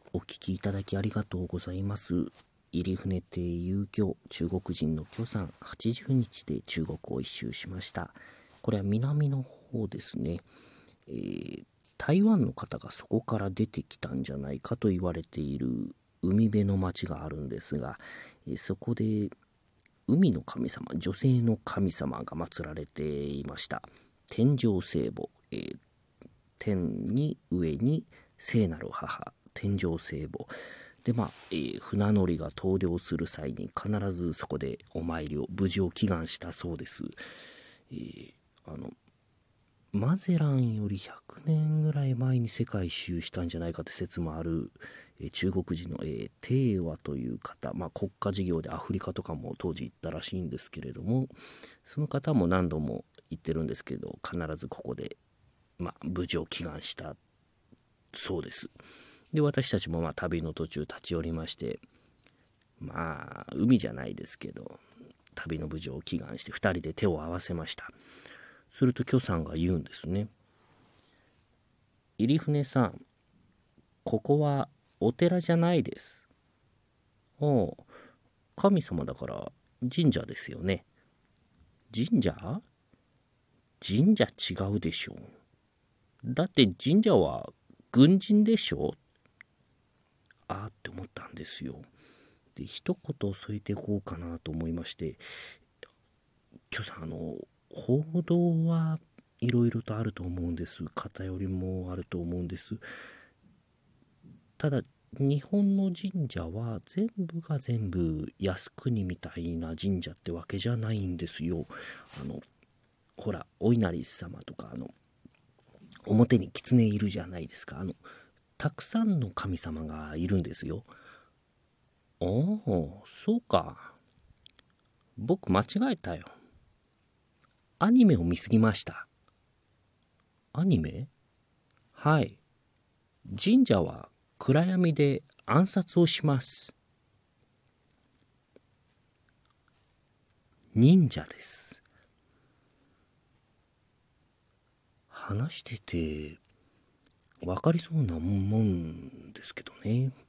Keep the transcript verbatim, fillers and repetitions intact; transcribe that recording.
お聞きいただきありがとうございます。入船亭遊興、中国人の許さん、はちじゅうにちで中国を一周しました。これは南の方ですね。えー台湾の方がそこから出てきたんじゃないかと言われている海辺の町があるんですが、えーそこで海の神様、女性の神様が祀られていました。天上聖母、えー天に上に聖なる母、天上聖母で、まあ、えー船乗りが遠出をする際に必ずそこでお参りを、無事を祈願したそうです。えーあのマゼランよりひゃくねんぐらい前に世界一周したんじゃないかって説もある、えー中国人の、えー、テーワという方、まあ、国家事業でアフリカとかも当時行ったらしいんですけれども、その方も何度も行ってるんですけど、必ずここで、まあ、無事を祈願したそうです。で、私たちもまあ旅の途中立ち寄りまして、まあ海じゃないですけど、旅の無事を祈願してふたりで手を合わせました。すると許さんが言うんですね。入船さん、ここはお寺じゃないです。おう、神様だから神社ですよね。神社？神社違うでしょ。だって神社は軍人でしょ。あーって思ったんですよ。で、一言添えていこうかなと思いまして、許さん、あの、報道はいろいろとあると思うんです。偏りもあると思うんです。ただ、日本の神社は全部が全部靖国みたいな神社ってわけじゃないんですよ。あの、ほら、お稲荷様とか、あの、表に狐いるじゃないですか。あの、たくさんの神様がいるんですよ。おお、そうか。僕間違えたよ。アニメを見すぎました。アニメ？はい。神社は暗闇で暗殺をします。忍者です。話してて分かりそうなもんですけどね。